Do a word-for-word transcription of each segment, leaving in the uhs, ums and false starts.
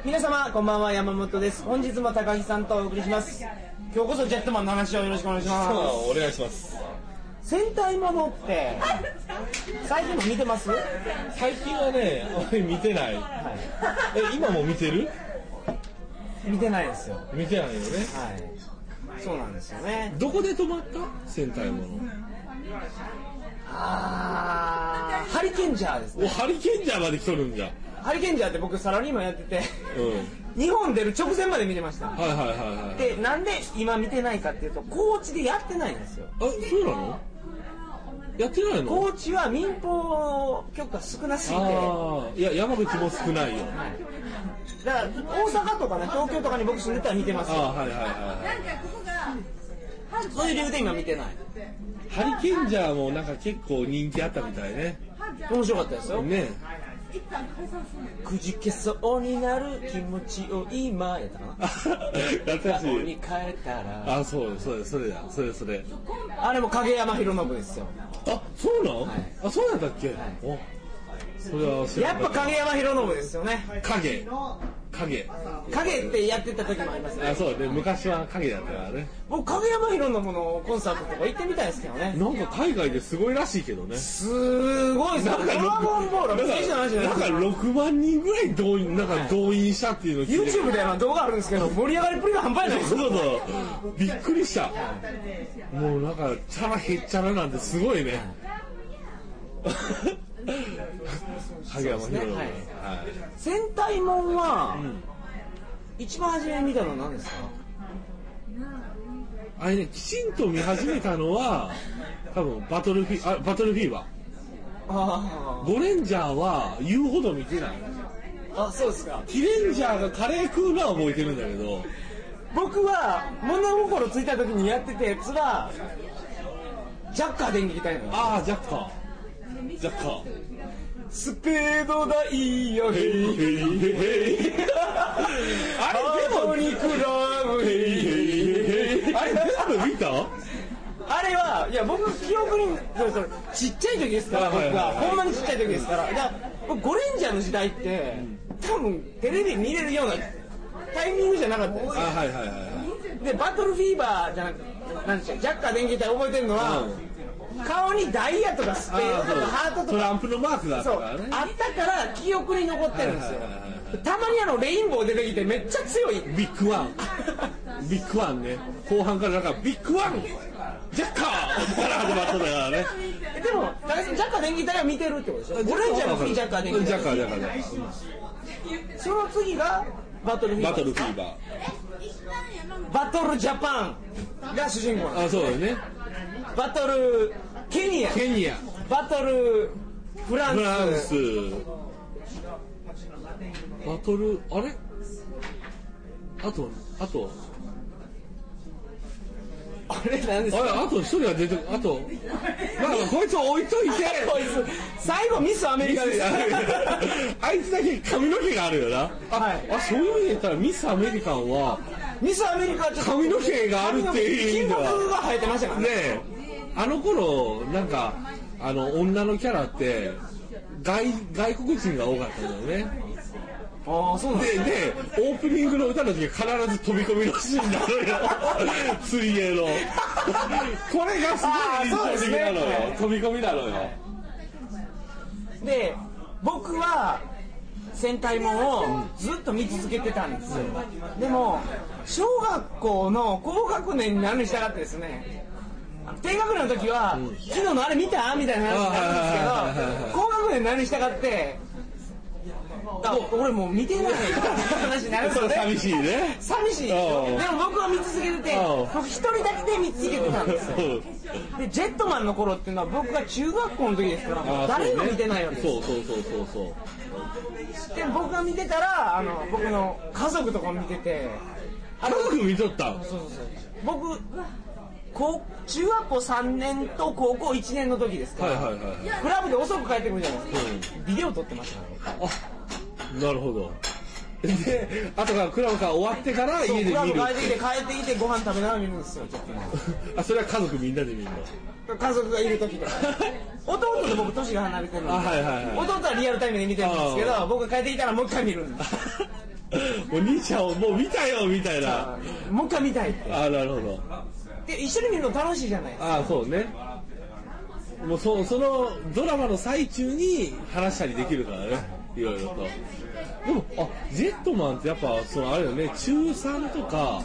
皆様こんばんは、山本です。本日も高木さんとお送りします。今日こそジェットマンの話をよろしくお願いします。 お願いします。 戦隊ものって最近も見てます？ 最近はね、あまり見てない、はい、え今も見てる？ 見てないですよ。 見てないよね。 はい、そうなんですよね。 どこで止まった？戦隊もの。 あー、ハリケンジャーですね。 お、ハリケンジャーまで来とるんじゃ。 ハリケンジャーって僕サラリーマンやってて、うん、日本出る直前まで見てました。 はいはいはいはい。 で、なんで今見てないかっていうと、高知でやってないんですよ。 あ、そうなの？やってないの？ 高知は民放局が少なすぎて。 あいや、山口も少ないよ。 はい、だから大阪とかね、東京とかに僕住んでたら見てますよ。 あ、はいはいはいはい。 なんかここがそういう理由で今見てない。 ハリケンジャーもなんか結構人気あったみたいね。 面白かったですよね。 くじけそうになる気持ちを今やったかな。 懐かしい。 に変えたら。 あ、そうそうそれだ、それそれ。 あれも影山博信ですよ。 あ、そうなの？はい、あ、そうなんだっけ？はい、お、それは知らなかった。 やっぱ影山博信ですよね。 影。影影ってやってた時もありますね。 あ、そうね、昔は影だったからね。 僕影山博信のコンサートとか行ってみたいですけどね。 なんか海外ですごいらしいけどね。 すごいです。なんかドラゴンボールはじゃないじゃないですか。 なんかろくまんにんぐらい動員なんか動員したっていうのを聞いて。 YouTube では動画あるんですけど盛り上がりっぷりが半端ないです。 そうそうびっくりした。もうなんかチャラヘッチャラなんてすごいね。影山博信。 戦隊もんは、うん、一番初めに見たのは何ですか？ あれね、きちんと見始めたのは多分バトルフィあバトルフィーバー。 あゴレンジャーは言うほど見てない。 あ、そうですか。 キレンジャーがカレー食うのは覚えてるんだけど、 僕は物心ついた時にやってたやつはジャッカー電撃隊の。 ああ、ジャッカージャッカースペードダイヤヘイヘイヘイヘイあれでもにクラブヘイヘイヘイあれ全部見た？ あれはいや僕記憶にそうそうちっちゃい時ですから、僕はほんまにちっちゃい時ですから。だから僕ゴレンジャーの時代って多分テレビ見れるようなタイミングじゃなかったです。 あ、はいはいはい。 でバトルフィーバーじゃなくてなんでしょう、ジャッカー電撃隊覚えてるのは、うん、顔にダイヤとかスペードとかハートとかトランプのマークだったからね。 あったから記憶に残ってるんですよ。たまにあのレインボー出てきてめっちゃ強いビッグワンビッグワンね、後半からなんかビッグワンジャッカーから始まったからね。 でもジャッカー電撃隊は見てるってことでしょ。ゴレンジャーの次ジャッカー電撃隊。 ジャッカージャッカージャッカー。 その次がバトルフィーバー。 バトルフィーバー。バトルジャパンが主人公なんです。 あ、そうだよね。 バトルケニア。 ケニア。 バトルフランス。 フランス。バトルあれ？あとあとあれなんですか？ あれあと一人が出てあとなんかこいつ置いといてこいつ最後ミスアメリカですあいつだけ髪の毛があるよな。あ、はい、あ、そういう意味で言ったらミスアメリカンはミスアメリカはちょっと髪の毛があるっていう意味では金髪が生えてましたからね。 ねあの頃なんかあの女のキャラって外外国人が多かったんだよね。 ああ、そうなんですね。で、で、オープニングの歌の時必ず飛び込みのシーンなのよ。水泳の。これがすごい印象的なのよ。ね、飛び込みなのよ。 で、僕は戦隊もんをずっと見続けてたんですよ。うん、でも小学校の高学年になるに従ってですね。低学年の時は、うん、昨日のあれ見たみたいな話になるんですけど、高学年になるに従ってあ俺もう見てない話になるので寂しいね。 寂しい。でも僕は見続けてて、僕一人だけで見続けてたんですよ。でジェットマンの頃っていうのは僕が中学校の時ですからもう誰も見てないわけです。 そうそうそうそうそうで僕が見てたらあの僕の家族とかも見てて。 家族見とった。 そうそうそう。僕高中学校さんねんと高校いちねんの時ですから、はいはいはい、クラブで遅く帰ってくるじゃないですか、うん、ビデオ撮ってましたね。 あ、なるほど。で、後からクラブから終わってから家で見る。クラブ帰ってきて帰ってきてご飯食べながら見るんですよ。 あ、それは家族みんなで見るの。家族がいる時で。弟と僕年が離れてるんで、 はいはいはい、 弟はリアルタイムで見てるんですけど、僕が帰ってきたらもう一回見るんです。 お兄ちゃんをもう見たよみたいな。 もう一回見たいって。 ああ、なるほど。 で一緒に見るの楽しいじゃないですか。 ああ、そうね。もう そ, そのドラマの最中に話したりできるからね、いろいろと。でもあジェットマンってやっぱそのあれよね、中さんとか、はい、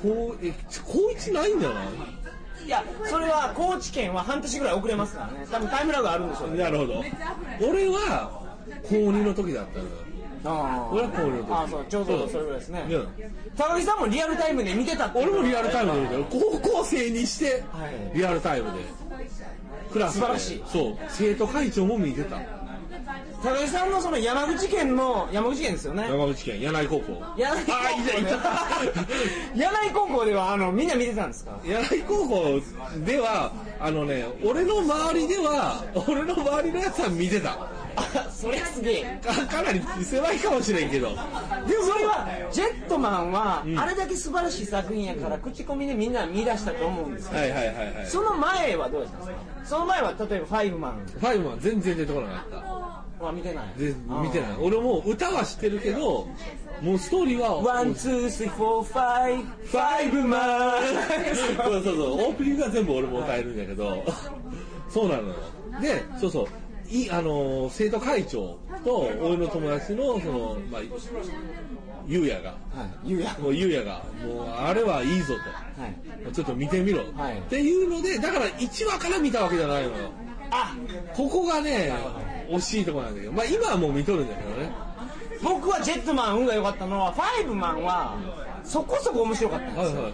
こうえ高いちないんじゃない？ いやそれは高知県は半年ぐらい遅れますからね。多分タイムラグあるんでしょうね。 なるほど。俺は高にの時だったのよ。 あ俺は高にの時。 ああそうちょうどそれぐらいですね。うん、高木さんもリアルタイムで見てたって。 俺もリアルタイムで見てる。高校生にしてリアルタイムで。クラスで素晴らしい。 そう生徒会長も見てた。 高木さんのその山口県の山口県ですよね。 山口県柳井高校。 柳井高校で柳井高校ではあのみんな見てたんですか？ 柳井高校ではあのね俺の周りでは俺の周りのやつは見てた。 あそれすげえか, かなり狭いかもしれんけど。でもそれはジェットマンはあれだけ素晴らしい作品やから、うん、口コミでみんな見出したと思うんですけど、 はいはいはいはい、 その前はどうだったんですか？その前は例えばファイブマンファイブマン全然出てこなかった。 あ見てない。 で見てない。俺も歌は知ってるけどもうストーリーはワンツースリーフォーファイブファイブマンそうそうそうオープニングは全部俺も歌えるんだけど、はい、そうなのよ。でそうそういあの生徒会長と俺の友達のそのまあゆうやが、はい、ゆうやもうゆうやがもうあれはいいぞと、はい、ちょっと見てみろ、はい、っていうのでだからいちわから見たわけじゃないのよ。あここがね惜しいところなんだけど、まあ今はもう見とるんだけどね。 僕はジェットマン運が良かったのはファイブマンはそこそこ面白かったんですよ、はいはいはい、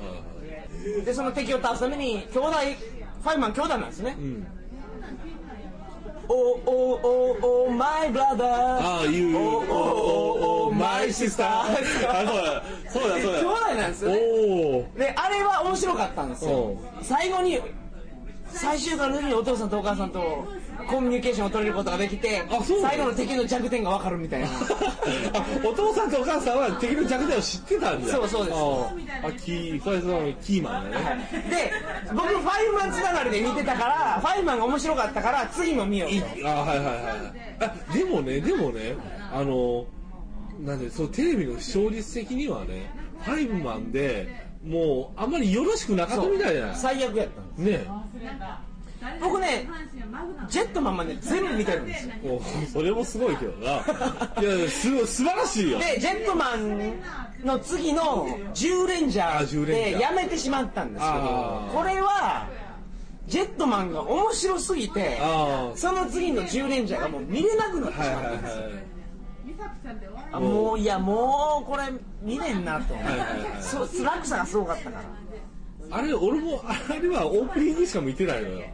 でその敵を倒すために兄弟ファイブマン兄弟なんですね、うん、おおおおマイブラダーああいうおおおマイシスターあそうだそうだそうだ兄弟なんですよね。であれは面白かったんですよ。最後に最終回の時にお父さんとお母さんとコミュニケーションを取れることができて最後の敵の弱点が分かるみたいなあお父さんとお母さんは敵の弱点を知ってたんだ。 そうそうです。 あキーそれそのキーマンだね、はい、 で僕ファイブマンつながりで見てたからファイブマンが面白かったから次も見ようと。 あはいはいはいあでもねでもねあのなんでそうテレビの視聴率的にはねファイブマンでもうあんまりよろしくなかったみたいじゃない。 最悪やったんですね。僕ねジェットマンまで全部見てるんですよ。 それもすごいけどないやす素晴らしいよ。 でジェットマンの次のジューレンジャーでやめてしまったんですけどこれはジェットマンが面白すぎてその次のジューレンジャーがもう見れなくなってしまったんですよ、はいはいはい。あもういやもうこれ見れんなと思って、はいはいはい、そう辛さがすごかったからあれ俺もあれはオープニングしか見てないのよ、はい、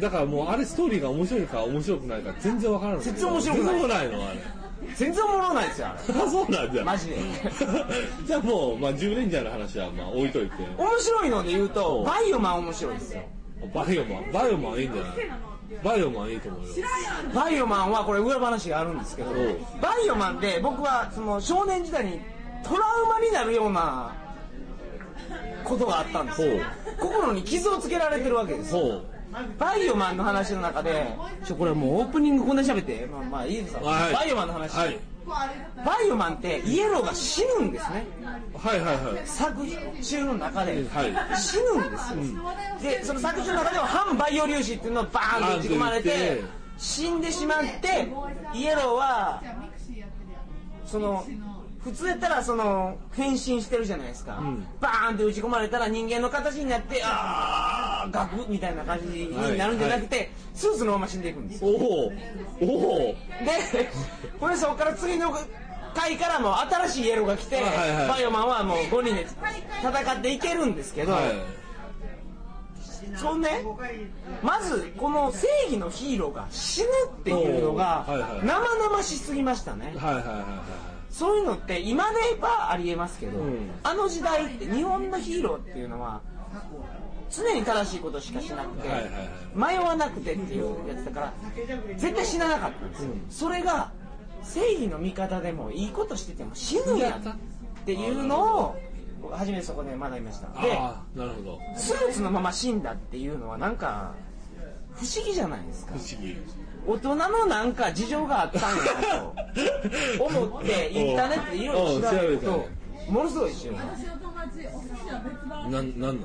だからもうあれストーリーが面白いか面白くないか全然わからない。 全然面白くない。 全然ないのあれ全然おもろないですよあれあそうなんじゃマジでじゃあもう、まあ、ジューレンジャーの話はまあ置いといて面白いので言うとバイオマン面白いですよ。 バイオマンバイオマンいいんじゃない。バイオマンいいと思うよ。 バイオマンはこれ裏話があるんですけどバイオマンで僕はその少年時代にトラウマになるようなことがあったんですよ。心に傷をつけられてるわけですよ。バイオマンの話の中でちょこれもうオープニングこんな喋ってまあまあいいですよ、はい、バイオマンの話、はい、バイオマンってイエローが死ぬんですね。 はいはいはい。 作中の中で死ぬんですよ、うん、でその作中の中では反バイオ粒子っていうのをバーンと打ち込まれて死んでしまってイエローはその普通やったらその変身してるじゃないですか、うん、バーンって打ち込まれたら人間の形になってあーガクみたいな感じになるんじゃなくて、はいはい、スーツのまま死んでいくんですよ。おおおでこれそこから次の回からも新しいイエローが来て、はいはい、バイオマンはもうごにんで戦っていけるんですけど、はい、そんねまずこの正義のヒーローが死ぬっていうのが生々しすぎましたね。はいはいはいはい。そういうのって今で言えばありえますけど、うん、あの時代って日本のヒーローっていうのは常に正しいことしかしなくて、はいはいはい、迷わなくてっていうやつだから絶対死ななかったんですよ、うん、それが正義の味方でもいいことしてても死ぬんやっていうのを初めてそこで学びました。であなるほど。 スーツのまま死んだっていうのはなんか不思議じゃないですか。 不思議大人のなんか事情があったんやと思ってインターネットでいろいろ調べるとものすごい一瞬なんなんなの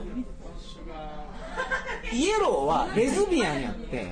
イエローはレズビアンやって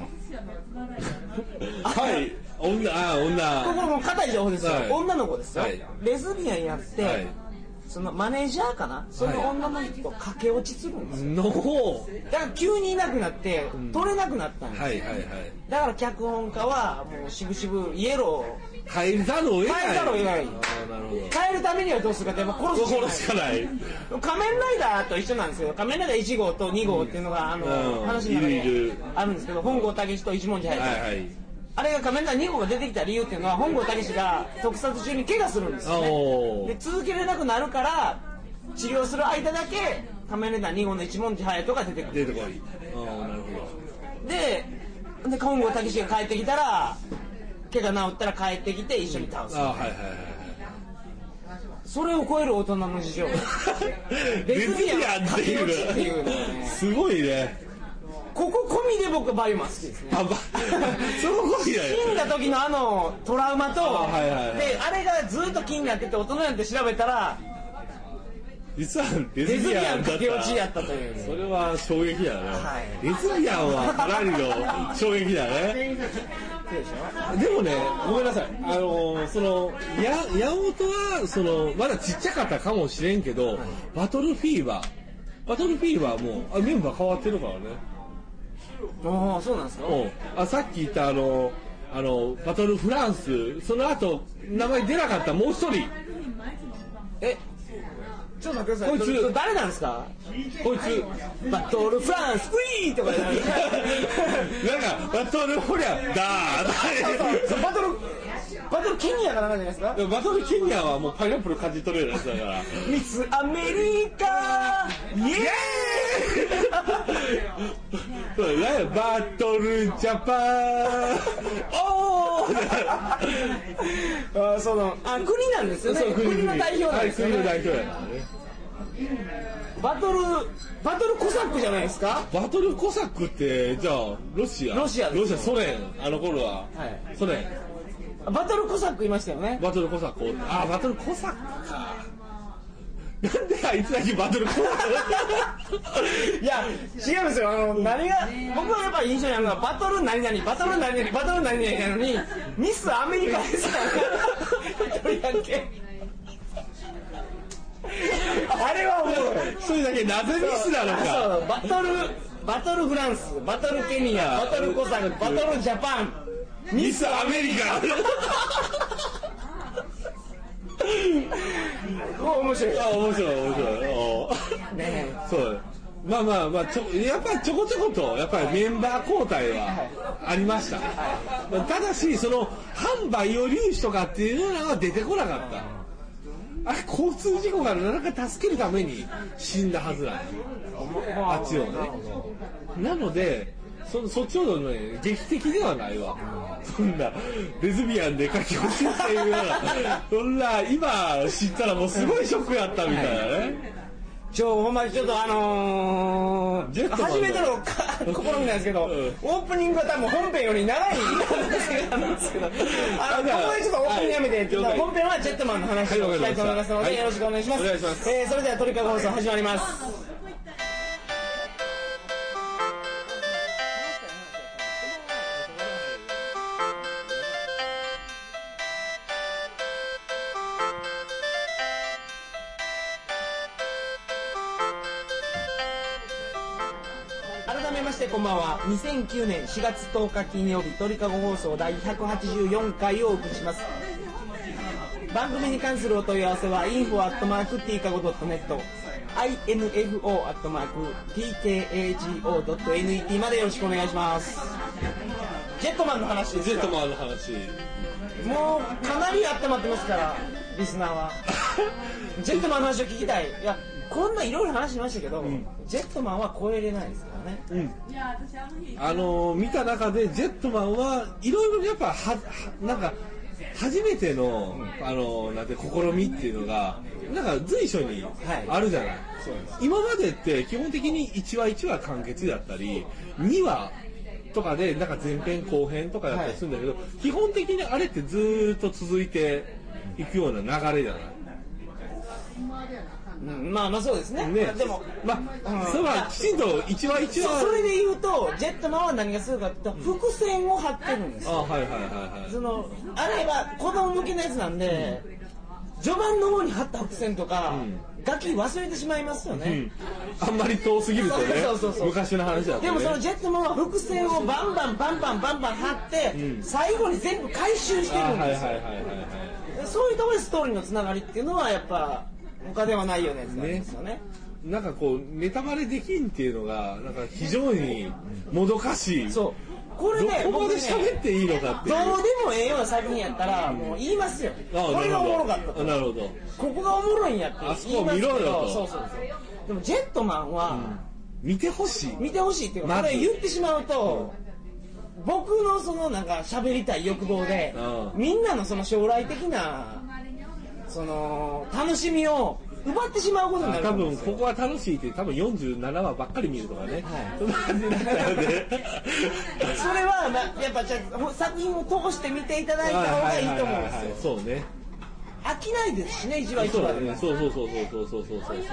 はい女あ女ここも硬い情報ですよ、 はい、 女の子ですよ、 はい、 レズビアンやって、はい、そのマネージャーかなその女の人と駆け落ちするんですよ、 はい、 だから急にいなくなって取れなくなったんですよ、はいはいはい、だから脚本家はもうしぶしぶイエロー変えざるを得ない変えざるを得ない。変えるためにはどうするかってやっぱ殺すしかない。 仮面ライダーと一緒なんですよ。仮面ライダーいち号とに号っていうのがあの、うん、話の中であるんですけど、本郷武史と一文字入って、はいはい、あれが仮面ライダーに号が出てきた理由っていうのは本郷武史が特撮中に怪我するんですよね。で続けれなくなるから治療する間だけ仮面ライダーに号の一文字隼人が出てくる。 出てこい。ああなるほど。 で、で本郷武史が帰ってきたら。怪我治ったら帰ってきて一緒に倒す、うん、あ、はいはいはい、それを超える大人の事情レズビアンっていうのねすごいねここ込みで僕バイオマン好きですねあ、ばそこ込みだよ死んだ時のあのトラウマと あ,、はいはいはい、であれがずっと気になってて大人なんて調べたら実はレズビアン駆け落ちやったという、 ね、それは衝撃だね、はい、レズビアンはかなりの衝撃だねでもね、ごめんなさい。あのー、そのや山本はそのまだちっちゃかったかもしれんけど、はい、バトルフィーバー、バトルフィーバーもあメンバー変わってるからね。 ああ、そうなんですか。 あ、さっき言ったあのあのバトルフランス、その後名前出なかったもう一人。 え。ちょっと待ってください。こいつ誰なんですか。こいつバトルフランスフリーとかなんかバトルフリャダーバトルバトルケニアかなんかじゃないですか。 バトルケニアはもうパイナップル感じ取れるやつだからミスアメリカイエーイバトルジャパンおーあそのあ国なんですよね。国, 国の代表なんですよね、 はい、国の代表やからね。 バトルバトルコサックじゃないですか。 バトルコサックってじゃあロシアロシアロシアソ連あの頃は、はい、ソ連バトルコサックいましたよね。 バトルコサックあバトルコサックかなんであいつだけバトルコサックいや違うんですよ。あの何が僕はやっぱり印象にあるのはバトル何々バトル何々バトル何々なのにミスアメリカですから一人だけあれはおもろい。 それだけなぜミスなのか。 そうバトルバトルフランスバトルケニアバトルコサックバトルジャパンミスアメリカ面白い。 あ面白い面白いねそうまあまあまあちょやっぱりちょこちょことやっぱりメンバー交代はありました、はいはい、ただしその反バイオ粒子とかっていうのは出てこなかった。あれ交通事故からなんか助けるために死んだはずなんあっちをね。なので そ, そっちほどね劇的ではないわ。そんなレズビアンで書き落ちっていうようなそんな今知ったらもうすごいショックやったみたいなね。 ちょほんまにちょっとあのー、初めての試みなんですけど、うん、オープニングは多分本編より長いなんですけどあのここでちょっとオープニングやめて、はい、本編はジェットマンの話をしたいと思いますので、はい、よろしくお願いします。 お願いします。 えー、それでは鳥かご放送始まります。こんばんは。にせんきゅうねんしがつとおか金曜日鳥かご放送だいひゃくはちじゅうよんかいをお送りします。番組に関するお問い合わせは インフォ アットマーク ティーカゴ ドットネット インフォ アットマーク ティーケーエージーオー ドットネット までよろしくお願いします。ジェットマンの話ですか。 ジェットマンの話もうかなり温まってますからリスナーはジェットマンの話を聞きたい。いやこんないろいろ話しましたけど、うん、ジェットマンは超えれないですからね、うん、 あのー、見た中でジェットマンはいろいろやっぱははなんか初めての、うん、あのー、なんて試みっていうのがなんか随所にあるじゃない、はい、今までって基本的にいちわいちわ完結だったりにわとかでなんか前編後編とかやったりするんだけど、はい、基本的にあれってずーっと続いていくような流れじゃない。 うん、まあまあそうですね。 ね、 でもまあ、うん、それはきちんと一話一話。 それで言うとジェットマンは何がするかって言ったら伏線を張ってるんですよ。 あ、はいはいはいはい。 そのあれは子供向けのやつなんで、うん、序盤の方に張った伏線とか、うん、ガキ忘れてしまいますよね。 うん、あんまり遠すぎるとね。そうそうそう昔の話だとね。 でもそのジェットマンは伏線をバンバンバンバンバンバン張って、うん、最後に全部回収してるんですよ。はいはいはいはいはい。そういうところでストーリーのつながりっていうのはやっぱ他ではないよねってですよね。 なんかこうネタバレできんっていうのがなんか非常にもどかしい。 そう。これね、 どこまで喋っていいのかっていう。 どうでもええような作品やったらもう言いますよ。これがおもろかった。 なるほど。 ここがおもろいんやって言いますけど。あそこ見ろよと。そうそうそう。でもジェットマンは、 うん、見てほしい。 見てほしいっていうか、これ言ってしまうと。うん、僕のそのなんか喋りたい欲望で、うん、みんなのその将来的なその楽しみを奪ってしまうことになる。 多分ここは楽しいって多分よんじゅうななわばっかり見るとかね、はい、そんな感じになっちゃうのでそれは、まあ、やっぱじゃ作品を通して見ていただいた方がいいと思うんですよ。 そうね。 飽きないですしね、一話一話で。 そうそうそうそうそうそうそうそう。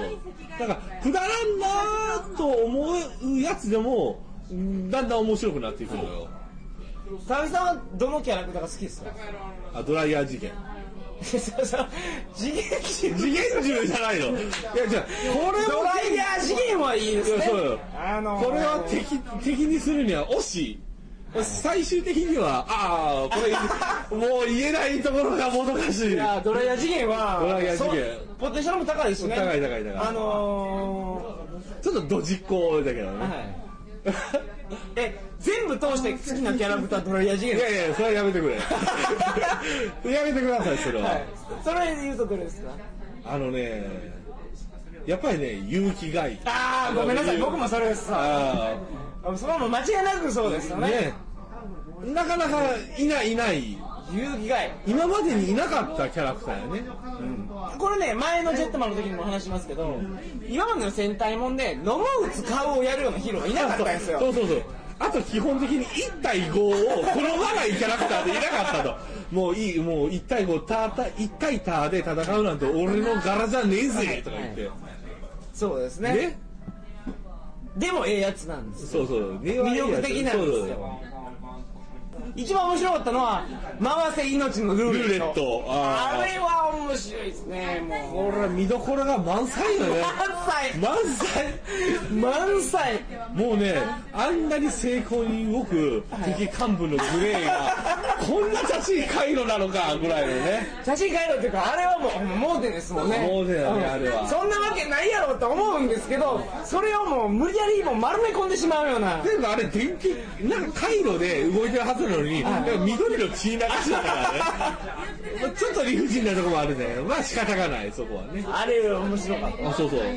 なんかくだらんなーと思うやつでもだんだん面白くなっていくのよ。 高木さんはどのキャラクターが好きですか？ あ、ドライヤー事件。 そうそう、次元銃次元銃じゃないの。いやじゃこれドライヤー次元はいいですね。 そうよ。あのー、これは敵敵にするには惜しい。最終的にはああこれもう言えないところがもどかしい。いやドライヤー次元はドライヤー次元ポテンシャルも高いですね。 高い高い高い。 あのー、ちょっとドジっ子だけどね。はいえ全部通して好きなキャラクタードライヤー次元。 いやいやそれはやめてくれやめてくださいそれは、はい、 それで言うとどれですか？ あのねやっぱりね勇気がいい。 ああごめんなさい僕もそれです。ああそれはもう間違いなくそうですよね。ねなかなかいないいない勇気がいい今までにいなかったキャラクターやね、 うん、これね前のジェットマンの時にも話しますけど、うん、今までの戦隊もんで野間打つ顔をやるようなヒーローがいなかったんですよ。 そうそうそうあと基本的にいち対ごを好まないキャラクターでいなかったともういいもういち対ごタータいち対ターで戦うなんて俺の柄じゃねえぜとか言って、はい、 そうですね。ねでもええやつなんですよ。 そうそう魅力的なんですよ。一番面白かったのは回せ命のルーレット。ット あ, あれは面白いですね。もうこれは見どころが満載よね。 満載満載もうねあんなに精巧に動く敵幹部のグレーがこんな写真回路なのかぐらいのね。 写真回路っていうかあれはもう盲点ですもんね。 盲点だねあれは。 そんなわけないやろと思うんですけどそれをもう無理やりもう丸め込んでしまうような。 でもあれ電気なんか回路で動いてるはずなのに緑の血流しだからねちょっと理不尽なところもあるね。まあ仕方がないそこはね。 あれ面白かった。 あそうそう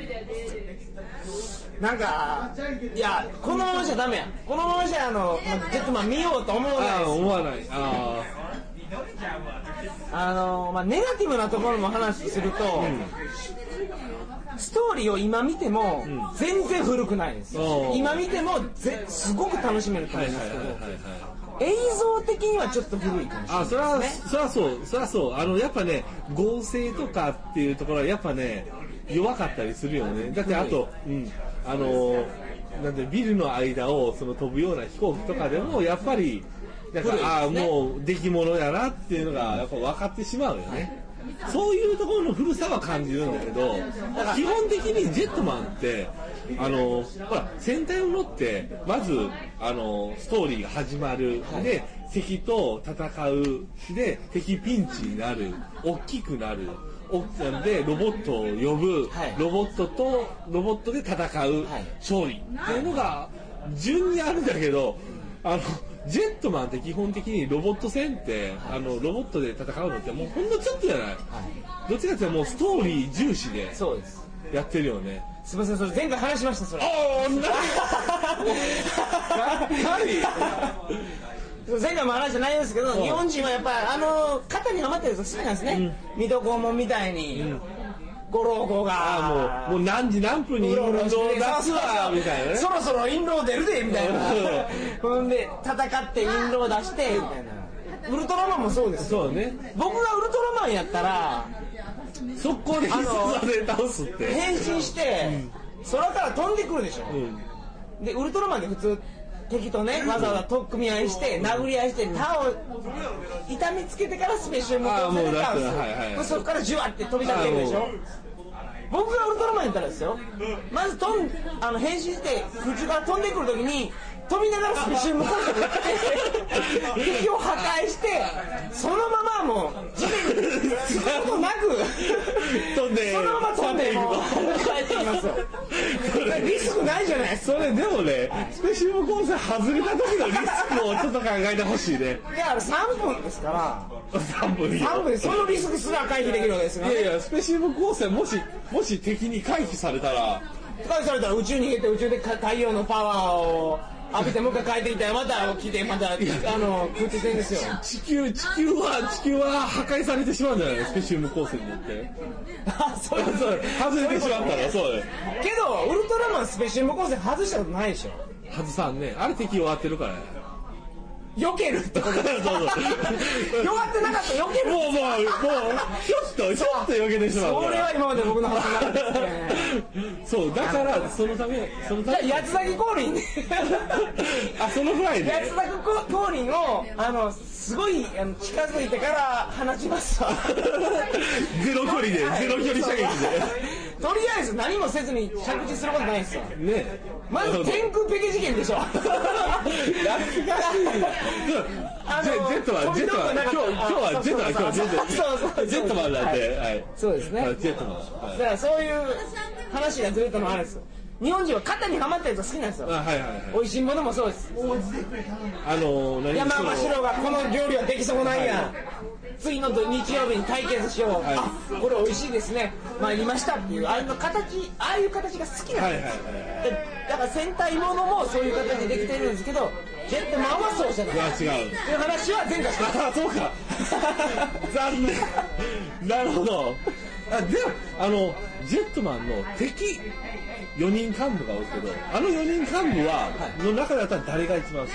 なんかいやこのままじゃダメやこのままじゃあのジェットマン見ようと思わないです。 あ思わない。ああのまあネガティブなところも話すると、うんストーリーを今見ても全然古くないです、うん、今見てもぜすごく楽しめると思いますけど映像的にはちょっと古いかもしれないですね。 あそれはそれはそうそれはそうあのやっぱね合成とかっていうところはやっぱね弱かったりするよね。だってあと、うん、あのなんでビルの間をその飛ぶような飛行機とかでもやっぱりなんか、ね、ああもう出来物やなっていうのがやっぱ分かってしまうよね。そういうところの古さは感じるんだけど基本的にジェットマンってあのほら戦隊を乗ってまずあのストーリーが始まる、はい、で敵と戦うで敵ピンチになる大きくなるでロボットを呼ぶ、はい、ロボットとロボットで戦う、はい、勝利っていうのが順にあるんだけどあのジェットマンって基本的にロボット戦って、はい、あのロボットで戦うのってもうほんのちょっとじゃない、はい、どっちかっていうともうストーリー重視でやってるよね。 すみませんそれ前回話しましたそれ。 ああ前回も話した内容ですけど日本人はやっぱりあの型にはまってると好きなんですね、うん、水戸黄門みたいに、うん、 ご老後があもうもう何時何分にインロー出すわみたいなね、 そろそろインロー出るでみたいなほんで戦ってインロー出してみたいな。ウルトラマンもそうですよ。 そうね、 僕がウルトラマンやったら速攻で必殺技で倒すって変身して、うん、空から飛んでくるでしょ、うん、でウルトラマンで普通敵とねわざわざ取っ組み合いして殴り合いして他を痛みつけてからスペシャルモードで倒す、はいはい、そこからジュワって飛び立ってるでしょ。僕がウルトラマンやったらですよ、まず飛んあの変身して空中から飛んでくるときに飛びながらスペシャルモードで敵を破壊してそのままもう地面につくことなく飛んでそのまま飛んでもう帰ってきますよ。リスクないじゃないですか。 それでもねスペシウム光線外れた時のリスクをちょっと考えてほしいね。 いやさんぷんですからさんぷんさんぷんでそのリスクすら回避できるわけですよね。 いやいやスペシウム光線もしもし敵に回避されたら回避されたら宇宙に逃げて宇宙で太陽のパワーを浴びてもう一回帰ってきたらまた来てまたあの空中戦ですよ。 地球地球は地球は破壊されてしまうんじゃないのスペシウム光線によってあそういうそう外れてしまったらそうよ。 けどウルトラマンスペシウム光線外したことないでしょ。 外さんねあれ敵弱ってるからね避けるってことですか。弱ってなかったら避ける。 もうもうもうちょっとちょっと避けてしまうからそれは今まで僕の話なかったですね。 そうだからそのためそのためじゃあ八つ咲き降臨であそのぐらいで八つ咲き降臨をあのすごいあの近づいてから放ちますわ。 ゼロ距離でゼロ距離射撃でとりあえず何もせずに着地することないですよね。 まず天空ペケ事件でしょ。 懐かしいな。ジェットマンジェットマン今日今日はジェットマン今日ジェットジェットマンなんではいそうですね。 ジェットマンだからそういう話がずれたのもあるんですよ。日本人は肩にはまったやつが好きなんですよ。 あはいはいはい。 美味しいものもそうです。 あの何山真城がこの料理はできそうなんや。次の日曜日に対決しよう、はい、あこれ美味しいですね参りましたっていうああいう形ああいう形が好きなんです、はいはいはい、だから戦隊ものもそういう形でできてるんですけどジェットマンはそうじゃない。 いや違うっていう話は前回してあそうか残念なるほど。あでもあのジェットマンの敵よにん幹部がおるけどあのよにん幹部は、はい、の中だったら誰が一番好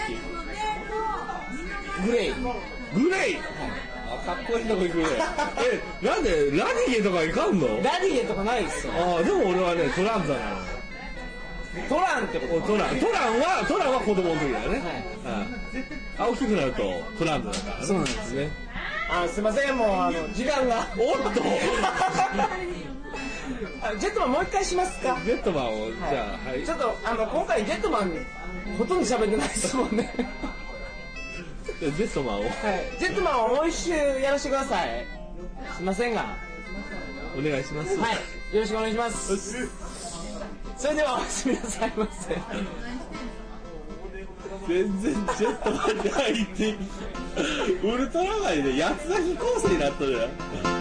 き？ グレイグレイ、はいかっこいいとこ行くね。え、なんでラディゲとか行かんの？ ラディゲとかないっすよ。 ああ、でも俺はねトランザなの。 トランってこと？ トラン、トランはトランは子供の時だよね。はい。あ、大きくなるとトランザだから、ね。 そうなんですね。あ、すいませんもうあの時間が。 おっと。 ジェットマンもう一回しますか？ ジェットマンを、はい、じゃあはい。 ちょっとあの今回ジェットマンほとんど喋ってないですもんね。 ジェットマンを、はい、 ジェットマンをもう一周やらせてください。すいませんがお願いします。 はいよろしくお願いします。それではおやすみなさいませ。 全然ジェットマンに入ってウルトラマンで八つ咲き構成になったじゃん。